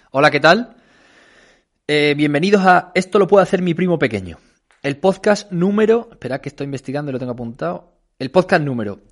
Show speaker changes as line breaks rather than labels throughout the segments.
Hola, ¿qué tal? Bienvenidos a Esto lo puede hacer mi primo pequeño. El podcast número... Esperad que estoy investigando y lo tengo apuntado. El podcast número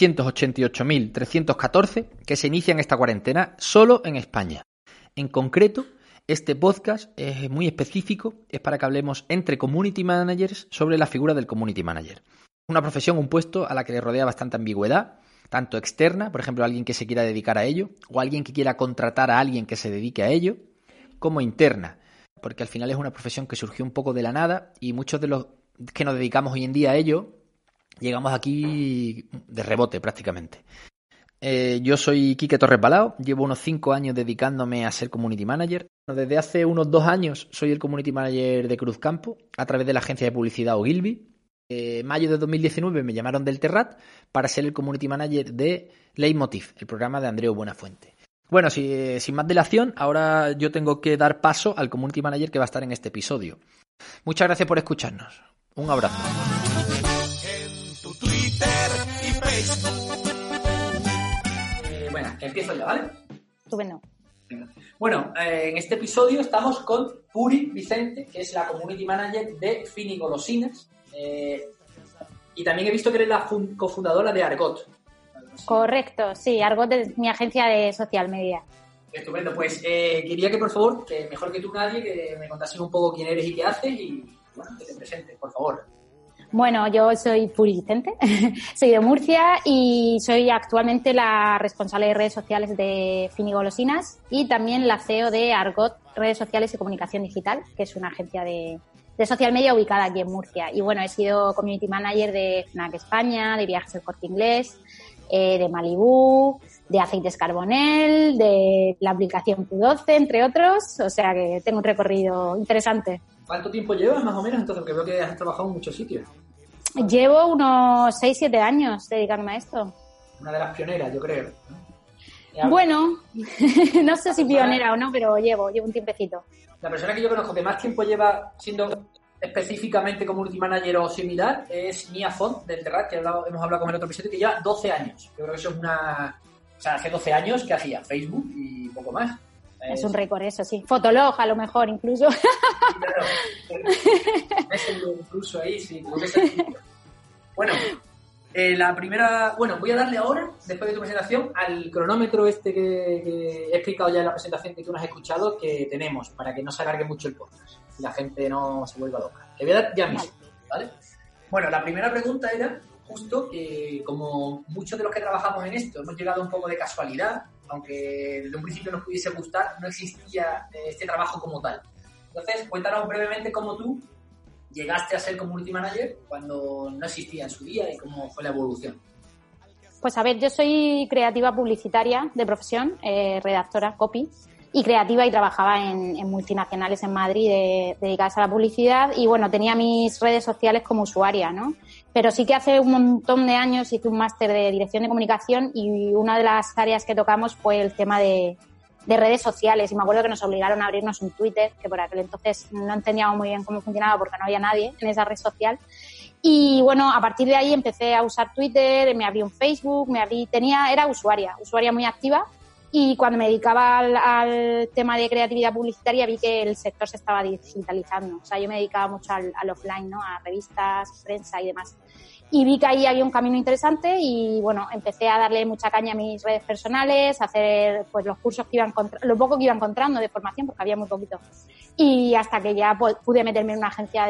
788.314 que se inicia en esta cuarentena solo en España. En concreto, este podcast es muy específico, es para que hablemos entre community managers sobre la figura del community manager. Una profesión, un puesto a la que le rodea bastante ambigüedad, tanto externa, por ejemplo, alguien que se quiera dedicar a ello, o alguien que quiera contratar a alguien que se dedique a ello, como interna, porque al final es una profesión que surgió un poco de la nada y muchos de los que nos dedicamos hoy en día a ello llegamos aquí de rebote prácticamente. Yo soy Quique Torres Balao, llevo unos 5 años dedicándome a ser community manager. Desde hace unos 2 años soy el community manager de Cruzcampo a través de la agencia de publicidad Ogilvy. En mayo de 2019 me llamaron del Terrat para ser el community manager de Leitmotiv, el programa de Andreu Buenafuente. Bueno, sin más dilación, ahora yo tengo que dar paso al community manager que va a estar en este episodio. Muchas gracias por escucharnos. Un abrazo.
En tu Twitter y Facebook.
Bueno, empiezo yo, ¿vale?
Estupendo.
Bueno, en este episodio estamos con Puri Vicente, que es la community manager de Finigolosinas. Y también he visto que eres la cofundadora de Argot.
Correcto, sí, Argot es mi agencia de social media.
Estupendo, pues quería que por favor, que mejor que tú nadie, que me contases un poco quién eres y qué haces y bueno, que te presentes, por favor.
Bueno, yo soy Puri Vicente, soy de Murcia y soy actualmente la responsable de redes sociales de Finigolosinas y también la CEO de Argot, redes sociales y comunicación digital, que es una agencia de social media ubicada aquí en Murcia. Y bueno, he sido community manager de Fnac España, de Viajes del Corte Inglés, de Malibú, de Aceites Carbonell, de la aplicación Q12, entre otros. O sea que tengo un recorrido interesante.
¿Cuánto tiempo llevas más o menos? Entonces, porque veo que has trabajado en muchos sitios.
Llevo unos 6-7 años dedicándome a esto.
Una de las pioneras, yo creo, ¿no?
Bueno, no sé si pionera o no, pero llevo un tiempecito.
La persona que yo conozco que más tiempo lleva siendo específicamente community manager o similar es Mia Font del Terrat, que hemos hablado con el otro episodio, que lleva 12 años. Yo creo que eso es una... O sea, hace 12 años que hacía Facebook y poco más.
Es un récord eso, sí. Fotolog, a lo mejor, incluso.
Claro. Es incluso ahí, sí. Bueno, la primera... Bueno, voy a darle ahora, después de tu presentación, al cronómetro este que he explicado ya en la presentación que tú no has escuchado, que tenemos, para que no se alargue mucho el podcast y la gente no se vuelva loca. Te voy a dar ya mismo, ¿vale? Bueno, la primera pregunta era justo que, como muchos de los que trabajamos en esto hemos llegado un poco de casualidad, aunque desde un principio nos pudiese gustar, no existía este trabajo como tal. Entonces, cuéntanos brevemente cómo tú llegaste a ser community manager cuando no existía en su día y cómo fue la evolución.
Pues a ver, yo soy creativa publicitaria de profesión, redactora, copy, y creativa y trabajaba en multinacionales en Madrid dedicadas a la publicidad y bueno, tenía mis redes sociales como usuaria, ¿no? Pero sí que hace un montón de años hice un máster de dirección de comunicación y una de las áreas que tocamos fue el tema de redes sociales y me acuerdo que nos obligaron a abrirnos un Twitter, que por aquel entonces no entendíamos muy bien cómo funcionaba porque no había nadie en esa red social. Y bueno, a partir de ahí empecé a usar Twitter, me abrí un Facebook, era usuaria muy activa y cuando me dedicaba al tema de creatividad publicitaria vi que el sector se estaba digitalizando. O sea, yo me dedicaba mucho al offline, ¿no? A revistas, prensa y demás. Y vi que ahí había un camino interesante y bueno, empecé a darle mucha caña a mis redes personales, a hacer pues los cursos que lo poco que iba encontrando de formación, porque había muy poquito. Y hasta que ya pude meterme en una agencia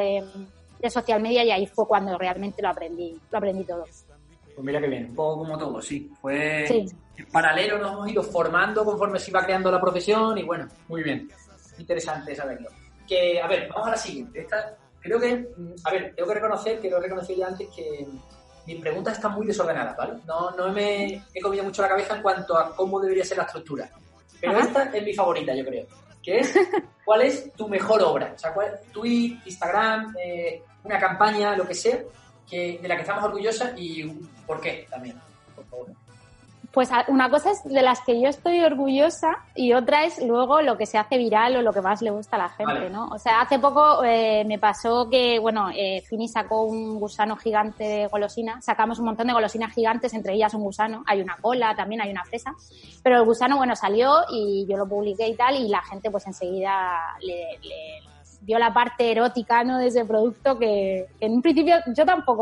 de social media y ahí fue cuando realmente lo aprendí todo.
Pues mira que bien, un poco como todo, sí.
Sí.
En paralelo nos hemos ido formando conforme se iba creando la profesión y bueno, muy bien. Interesante saberlo. Que, a ver, vamos a la siguiente. Creo que, a ver, tengo que reconocer, que lo he reconocido ya antes, que mis preguntas están muy desordenadas, ¿vale? No me he comido mucho la cabeza en cuanto a cómo debería ser la estructura. Pero
Ajá.
Esta es mi favorita, yo creo. Que es, ¿cuál es tu mejor obra? O sea, Tweet, Instagram, una campaña, lo que sea, de la que estamos orgullosas y por qué también, por favor.
Pues una cosa es de las que yo estoy orgullosa y otra es luego lo que se hace viral o lo que más le gusta a la gente,
Vale.
¿no? O sea, hace poco me pasó que, Fini sacó un gusano gigante de golosina. Sacamos un montón de golosinas gigantes, entre ellas un gusano. Hay una cola, también hay una fresa. Pero el gusano, salió y yo lo publiqué y tal, y la gente pues enseguida le vio la parte erótica, ¿no?, de ese producto que en un principio yo tampoco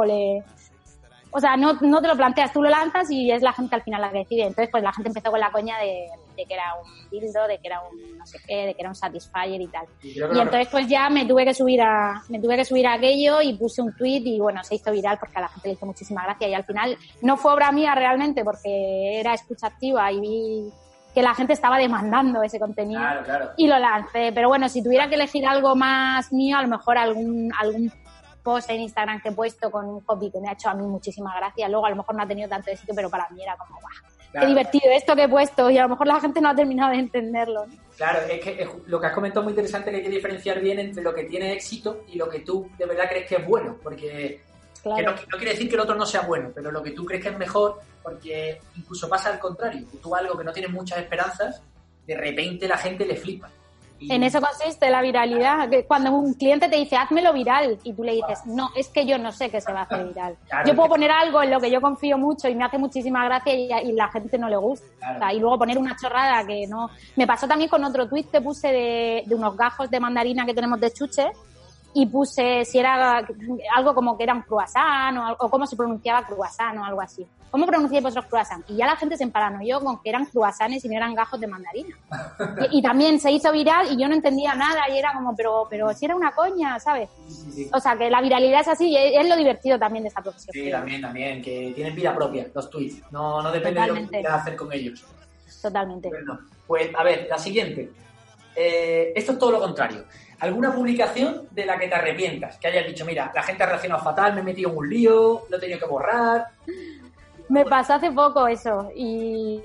o sea, no te lo planteas, tú lo lanzas y es la gente al final la que decide. Entonces, pues la gente empezó con la coña de que era un dildo, de que era un no sé qué, de que era un Satisfyer y tal. Y entonces, pues ya me tuve que subir a aquello y puse un tweet y se hizo viral porque a la gente le hizo muchísima gracia. Y al final no fue obra mía realmente porque era escucha activa y vi que la gente estaba demandando ese contenido.
Claro.
Y lo lancé. Pero si tuviera que elegir algo más mío, a lo mejor algún post en Instagram que he puesto con un copy que me ha hecho a mí muchísima gracia. Luego a lo mejor no ha tenido tanto éxito, pero para mí era como, ¡guau! Qué divertido esto que he puesto, y a lo mejor la gente no ha terminado de entenderlo, ¿no?
Claro, es que lo que has comentado es muy interesante, que hay que diferenciar bien entre lo que tiene éxito y lo que tú de verdad crees que es bueno, porque
Claro.
que no quiere decir que el otro no sea bueno, pero lo que tú crees que es mejor, porque incluso pasa al contrario, que tú algo que no tienes muchas esperanzas, de repente la gente le flipa.
En eso consiste la viralidad. Que cuando un cliente te dice, házmelo viral, y tú le dices, no, es que yo no sé que se va a hacer viral.
Claro,
yo puedo poner algo en lo que yo confío mucho y me hace muchísima gracia y la gente no le gusta.
Claro.
O sea, y luego poner una chorrada que no... Me pasó también con otro tuit que puse de unos gajos de mandarina que tenemos de chuche, y puse si era algo como que era un croissant o cómo se pronunciaba croissant o algo así. ¿Cómo pronunciáis vosotros croissant? Y ya la gente se emparanoió con que eran croissants y no eran gajos de mandarina. Y también se hizo viral y yo no entendía nada y era como, pero si era una coña, ¿sabes?
Sí.
O sea, que la viralidad es así y es lo divertido también de esta profesión.
Sí, también, que tienen vida propia los tweets, no depende de lo que quieras hacer con ellos.
Totalmente.
Bueno, pues a ver, la siguiente. Esto es todo lo contrario. ¿Alguna publicación de la que te arrepientas? Que hayas dicho, mira, la gente ha reaccionado fatal, me he metido en un lío, lo he tenido que borrar.
Me pasó hace poco eso y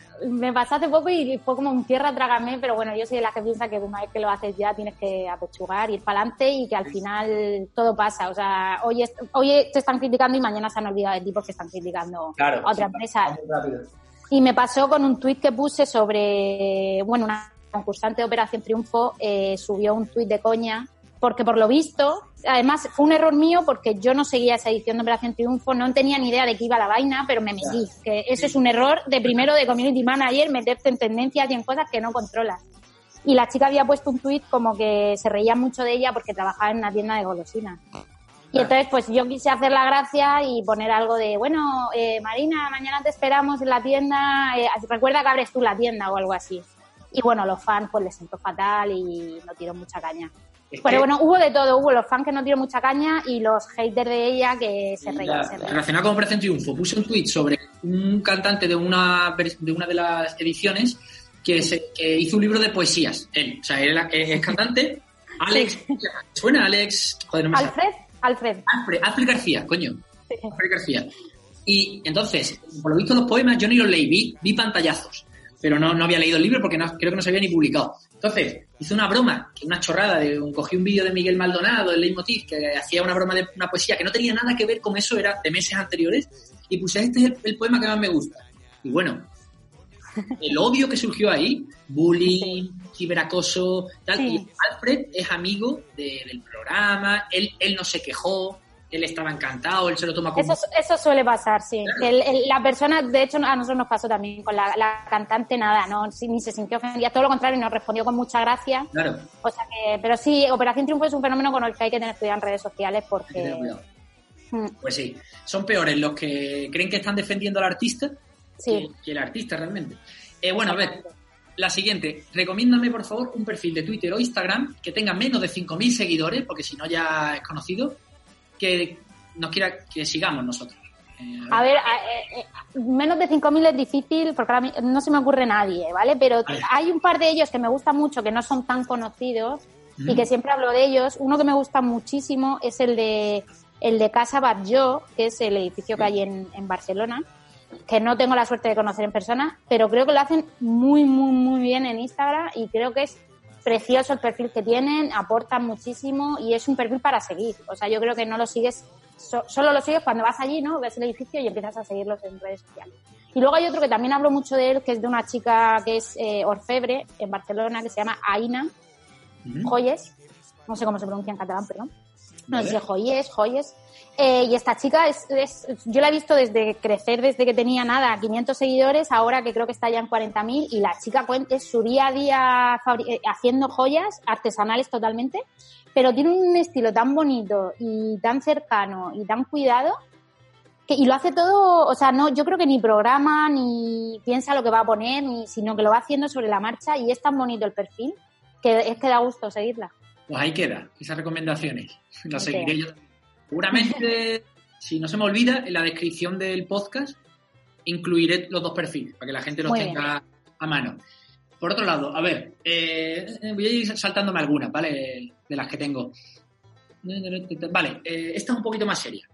fue como un tierra trágame, pero yo soy de las que piensa que una vez que lo haces ya tienes que apechugar, ir para adelante y que al final todo pasa. O sea, hoy te están criticando y mañana se han olvidado de ti porque están criticando a otra empresa. Y me pasó con un tuit que puse sobre, una concursante de Operación Triunfo subió un tuit de coña porque por lo visto, además fue un error mío porque yo no seguía esa edición de Operación Triunfo, no tenía ni idea de qué iba la vaina, pero me metí, que eso es un error de community manager, meterte en tendencias y en cosas que no controlas. Y la chica había puesto un tuit como que se reía mucho de ella porque trabajaba en una tienda de golosinas. Y entonces pues yo quise hacer la gracia y poner algo de, Marina, mañana te esperamos en la tienda, recuerda que abres tú la tienda o algo así. Y los fans pues les sentó fatal y no tiró mucha caña. Pero hubo de todo, hubo los fans que no tiró mucha caña y los haters de ella que se reían.
Relacionado con Operación Triunfo, puse un tuit sobre un cantante de una de las ediciones que hizo un libro de poesías. Él, o sea, él es cantante. Alex, ¿suena Alex? Joder, no me
Alfred
García, coño.
Sí.
Alfred García. Y entonces, por lo visto los poemas yo ni los leí, vi pantallazos. Pero no había leído el libro porque creo que no se había ni publicado. Entonces, hice una broma, una chorrada, cogí un vídeo de Miguel Maldonado, el Leitmotiv, que hacía una broma de una poesía que no tenía nada que ver con eso, era de meses anteriores, y puse, este es el poema que más me gusta. Y el odio que surgió ahí, bullying, ciberacoso, tal,
Sí.
y Alfred es amigo del programa, él no se quejó, él estaba encantado, él se lo toma como...
Eso suele pasar, sí.
Claro.
Que la persona, de hecho, a nosotros nos pasó también con la cantante, nada, no ni se sintió ofendida, todo lo contrario, nos respondió con mucha gracia.
Claro.
O sea que, pero sí, Operación Triunfo es un fenómeno con el que hay que tener cuidado en redes sociales porque...
Hay que tener cuidado. Pues sí, son peores los que creen que están defendiendo al artista que el artista realmente. A ver, la siguiente. Recomiéndame, por favor, un perfil de Twitter o Instagram que tenga menos de 5.000 seguidores, porque si no ya es conocido, que nos quiera que sigamos nosotros.
A ver, menos de 5.000 es difícil porque ahora no se me ocurre nadie, ¿vale? Pero hay un par de ellos que me gustan mucho, que no son tan conocidos y que siempre hablo de ellos. Uno que me gusta muchísimo es el de Casa Batlló, que es el edificio que hay en Barcelona, que no tengo la suerte de conocer en persona, pero creo que lo hacen muy, muy, muy bien en Instagram y creo que es precioso el perfil que tienen, aportan muchísimo y es un perfil para seguir. O sea, yo creo que no lo sigues, solo lo sigues cuando vas allí, ¿no? Ves el edificio y empiezas a seguirlos en redes sociales. Y luego hay otro que también hablo mucho de él, que es de una chica que es orfebre en Barcelona, que se llama Aina Joyes. No sé cómo se pronuncia en catalán, pero no sé si es Joyes. Y esta chica yo la he visto desde crecer, desde que tenía 500 seguidores, ahora que creo que está ya en 40.000, y la chica cuenta su día a día haciendo joyas artesanales totalmente, pero tiene un estilo tan bonito y tan cercano y tan cuidado, y lo hace todo, o sea, no, yo creo que ni programa, ni piensa lo que va a poner, sino que lo va haciendo sobre la marcha, y es tan bonito el perfil que es que da gusto seguirla.
Pues ahí queda, esas recomendaciones. Las seguiré yo también. Seguramente, si no se me olvida, en la descripción del podcast incluiré los 2 perfiles para que la gente los tenga a mano. Por otro lado, a ver, voy a ir saltándome algunas, ¿vale? De las que tengo. Vale, esta es un poquito más seria.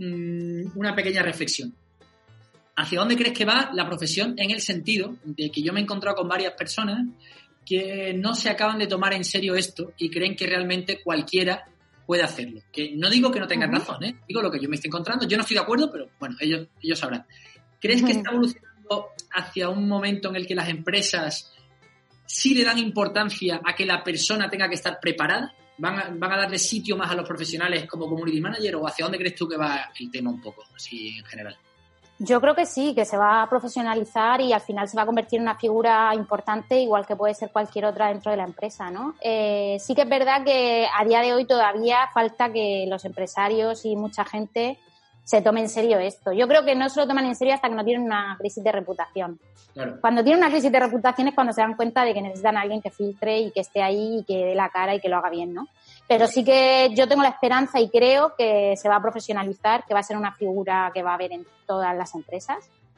Una pequeña reflexión. ¿Hacia dónde crees que va la profesión, en el sentido de que yo me he encontrado con varias personas que no se acaban de tomar en serio esto y creen que realmente cualquiera puede hacerlo? Que no digo que no tengan razón, digo lo que yo me estoy encontrando. Yo no estoy de acuerdo, pero bueno, ellos sabrán. ¿Crees que está evolucionando hacia un momento en el que las empresas sí le dan importancia a que la persona tenga que estar preparada? ¿Van a darle sitio más a los profesionales como community manager, o hacia dónde crees tú que va el tema un poco, así en general?
Yo creo que sí, que se va a profesionalizar y al final se va a convertir en una figura importante, igual que puede ser cualquier otra dentro de la empresa, ¿no? Sí que es verdad que a día de hoy todavía falta que los empresarios y mucha gente se tome en serio esto. Yo creo que no se lo toman en serio hasta que no tienen una crisis de reputación.
Claro.
Cuando tienen una crisis de reputación es cuando se dan cuenta de que necesitan a alguien que filtre y que esté ahí y que dé la cara y que lo haga bien, ¿no? Pero sí que yo tengo la esperanza y creo que se va a profesionalizar, que va a ser una figura que va a haber en todas las empresas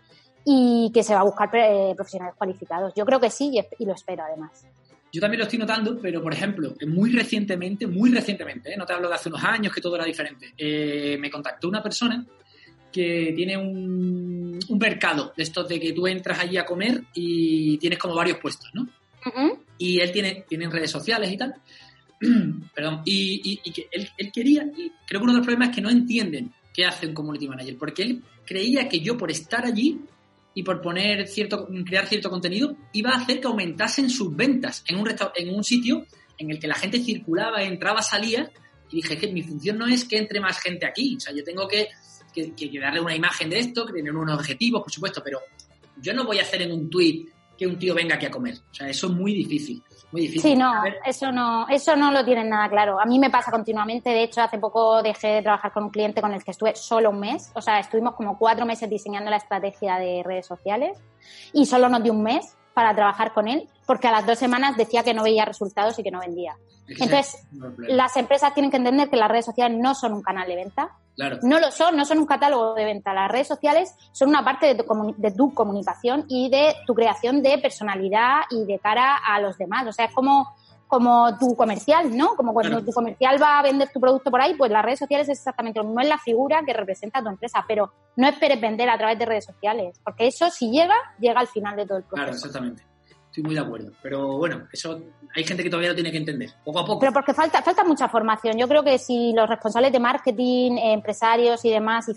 y que se va a buscar profesionales cualificados. Yo creo que sí y lo espero además.
Yo también lo estoy notando, pero por ejemplo, muy recientemente, no te hablo de hace unos años que todo era diferente, me contactó una persona que tiene un mercado de estos de que tú entras allí a comer y tienes como varios puestos, ¿no? Uh-huh. Y él tiene redes sociales y tal. Perdón, y que él quería, y creo que uno de los problemas es que no entienden qué hace un community manager, porque él creía que yo por estar allí y por crear cierto contenido iba a hacer que aumentasen sus ventas en un sitio en el que la gente circulaba, entraba, salía, y dije que mi función no es que entre más gente aquí, o sea, yo tengo que darle una imagen de esto, que tener unos objetivos, por supuesto, pero yo no voy a hacer en un tuit que un tío venga aquí a comer, o sea, eso es muy difícil. Muy difícil.
Sí, no, eso no lo tienen nada claro. A mí me pasa continuamente. De hecho, hace poco dejé de trabajar con un cliente con el que estuve solo un mes. O sea, estuvimos como 4 meses diseñando la estrategia de redes sociales y solo nos dio un mes para trabajar con él, porque a las 2 semanas decía que no veía resultados y que no vendía. Entonces, las empresas tienen que entender que las redes sociales no son un canal de venta.
Claro.
No lo son, no son un catálogo de venta. Las redes sociales son una parte de tu comunicación y de tu creación de personalidad y de cara a los demás. O sea, es como tu comercial, ¿no? Como cuando tu comercial va a vender tu producto por ahí, pues las redes sociales es exactamente lo mismo. Es la figura que representa a tu empresa, pero no esperes vender a través de redes sociales, porque eso, si llega al final de todo el proceso.
Claro, exactamente. Estoy muy de acuerdo. Pero bueno, eso hay gente que todavía lo tiene que entender, poco a poco.
Pero porque falta mucha formación. Yo creo que si los responsables de marketing, empresarios y demás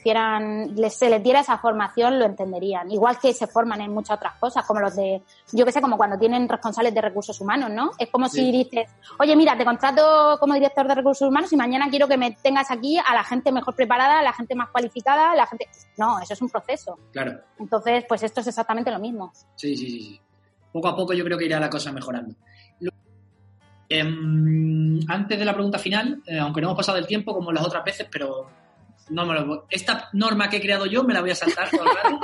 se les diera esa formación, lo entenderían. Igual que se forman en muchas otras cosas, como los de, yo qué sé, como cuando tienen responsables de recursos humanos, ¿no? Es como si dices, oye, mira, te contrato como director de recursos humanos y mañana quiero que me tengas aquí a la gente mejor preparada, a la gente más cualificada, No, eso es un proceso.
Claro.
Entonces, pues esto es exactamente lo mismo.
Sí. Poco a poco yo creo que irá la cosa mejorando. Antes de la pregunta final, aunque no hemos pasado el tiempo como las otras veces, pero esta norma que he creado yo me la voy a saltar todo el rato.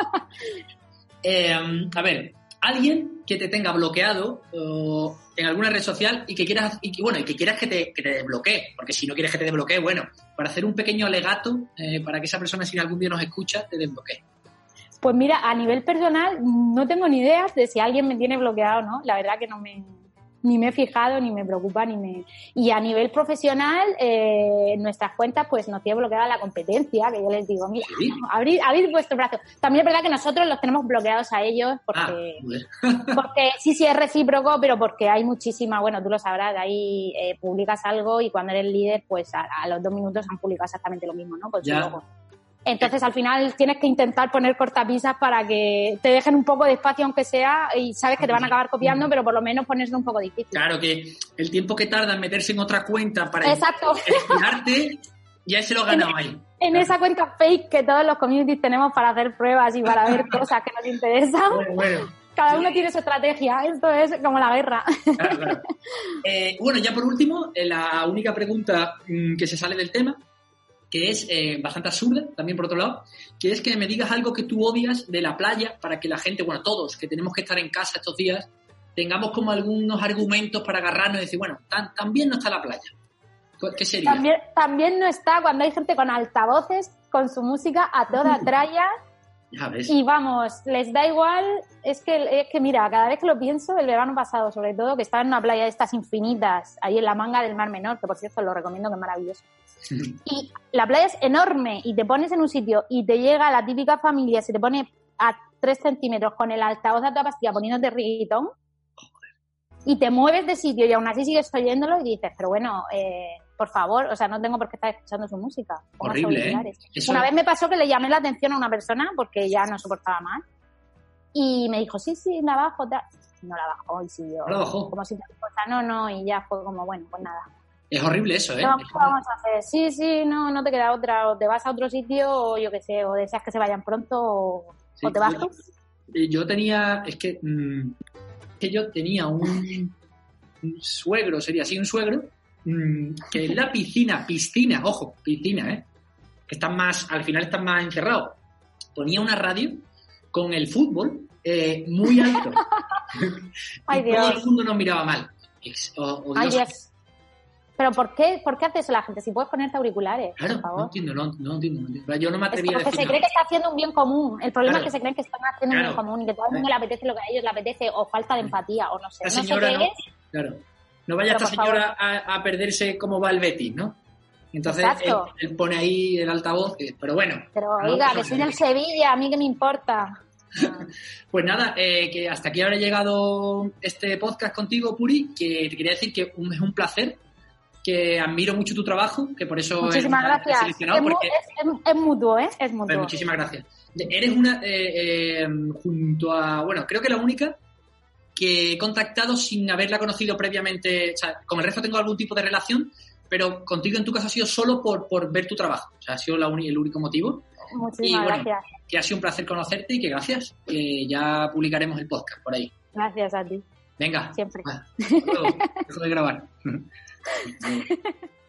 A ver, alguien que te tenga bloqueado en alguna red social y que quieras que te desbloquee, porque si no quieres que te desbloquee, bueno, para hacer un pequeño alegato para que esa persona, si algún día nos escucha, te desbloquee.
Pues mira, a nivel personal no tengo ni idea de si alguien me tiene bloqueado o no. La verdad que ni me he fijado, ni me preocupa, Y a nivel profesional, nuestras cuentas pues nos tiene bloqueada la competencia, que yo les digo, mira,
¿sí?
abrid vuestro brazo. También es verdad que nosotros los tenemos bloqueados a ellos porque sí es recíproco, pero porque hay muchísima, bueno, tú lo sabrás, ahí publicas algo y cuando eres líder, pues a los 2 minutos han publicado exactamente lo mismo, ¿no? Pues
ya.
luego. Entonces, al final, tienes que intentar poner cortapisas para que te dejen un poco de espacio, aunque sea, y sabes que te van a acabar copiando, pero por lo menos ponerlo un poco difícil.
Claro, que el tiempo que tarda en meterse en otra cuenta para
Exacto.
explicarte, ya se lo ha ganado ahí.
En esa cuenta fake que todos los communities tenemos para hacer pruebas y para ver cosas que nos interesan.
Bueno.
Cada uno tiene su estrategia. Esto es como la guerra.
Claro. Bueno, ya por último, la única pregunta que se sale del tema, que es bastante absurda, también por otro lado, que es que me digas algo que tú odias de la playa para que la gente, bueno, todos, que tenemos que estar en casa estos días, tengamos como algunos argumentos para agarrarnos y decir, bueno, también no está la playa. ¿Qué sería?
También no está cuando hay gente con altavoces, con su música a toda tralla.
Ya ves.
Y vamos, les da igual. Es que mira, cada vez que lo pienso, el verano pasado sobre todo, que estaba en una playa de estas infinitas, ahí en la manga del Mar Menor, que por cierto lo recomiendo, que es maravilloso. Y la playa es enorme y te pones en un sitio y te llega la típica familia, se te pone a 3 centímetros con el altavoz a toda pastilla poniéndote reggaetón y te mueves de sitio y aún así sigues oyéndolo y dices, pero bueno, por favor, o sea, no tengo por qué estar escuchando su música.
Horrible, ¿eh?
Una vez me pasó que le llamé la atención a una persona porque ya no soportaba más y me dijo, sí, la bajo, tal. No la bajó y siguió.
¿No la bajó?
Como si no, y ya fue como, bueno, pues nada.
Es horrible eso, ¿eh?
No, ¿qué vamos a hacer? Sí, no te queda otra. O te vas a otro sitio, o yo qué sé, o deseas que se vayan pronto, o te bajes.
Yo tenía, yo tenía un suegro, sería así, un suegro, que en la piscina, ¿eh? Que están más, al final están más encerrados. Ponía una radio con el fútbol muy alto.
Ay,
y
Dios.
todo el mundo nos miraba mal.
Ay, Dios. ¿Pero por qué hace eso la gente? Si puedes ponerte auriculares,
claro,
por favor.
No entiendo. Yo no me atreví a decir
porque se cree que está haciendo un bien común. El problema es que se creen que están haciendo un bien común y que todo el mundo le apetece lo que a ellos le apetece, o falta de empatía, o no sé.
Esta señora
no sé qué es.
Claro. No vaya esta señora a perderse cómo va el Betis, ¿no? Entonces él pone ahí el altavoz, pero bueno.
Pero oiga, que soy del Sevilla, a mí que me importa.
Pues nada, que hasta aquí habrá llegado este podcast contigo, Puri, que te quería decir que es un placer, que admiro mucho tu trabajo, que por eso
muchísimas gracias. Es mutuo, ¿eh? Es mutuo.
Pues muchísimas gracias. Eres una, junto a, bueno, creo que la única que he contactado sin haberla conocido previamente. O sea, con el resto tengo algún tipo de relación, pero contigo en tu caso ha sido solo por ver tu trabajo. O sea, ha sido el único motivo.
Muchísimas gracias.
Que ha sido un placer conocerte y que gracias. Ya publicaremos el podcast por ahí.
Gracias a ti.
Venga.
Siempre.
Dejo de grabar.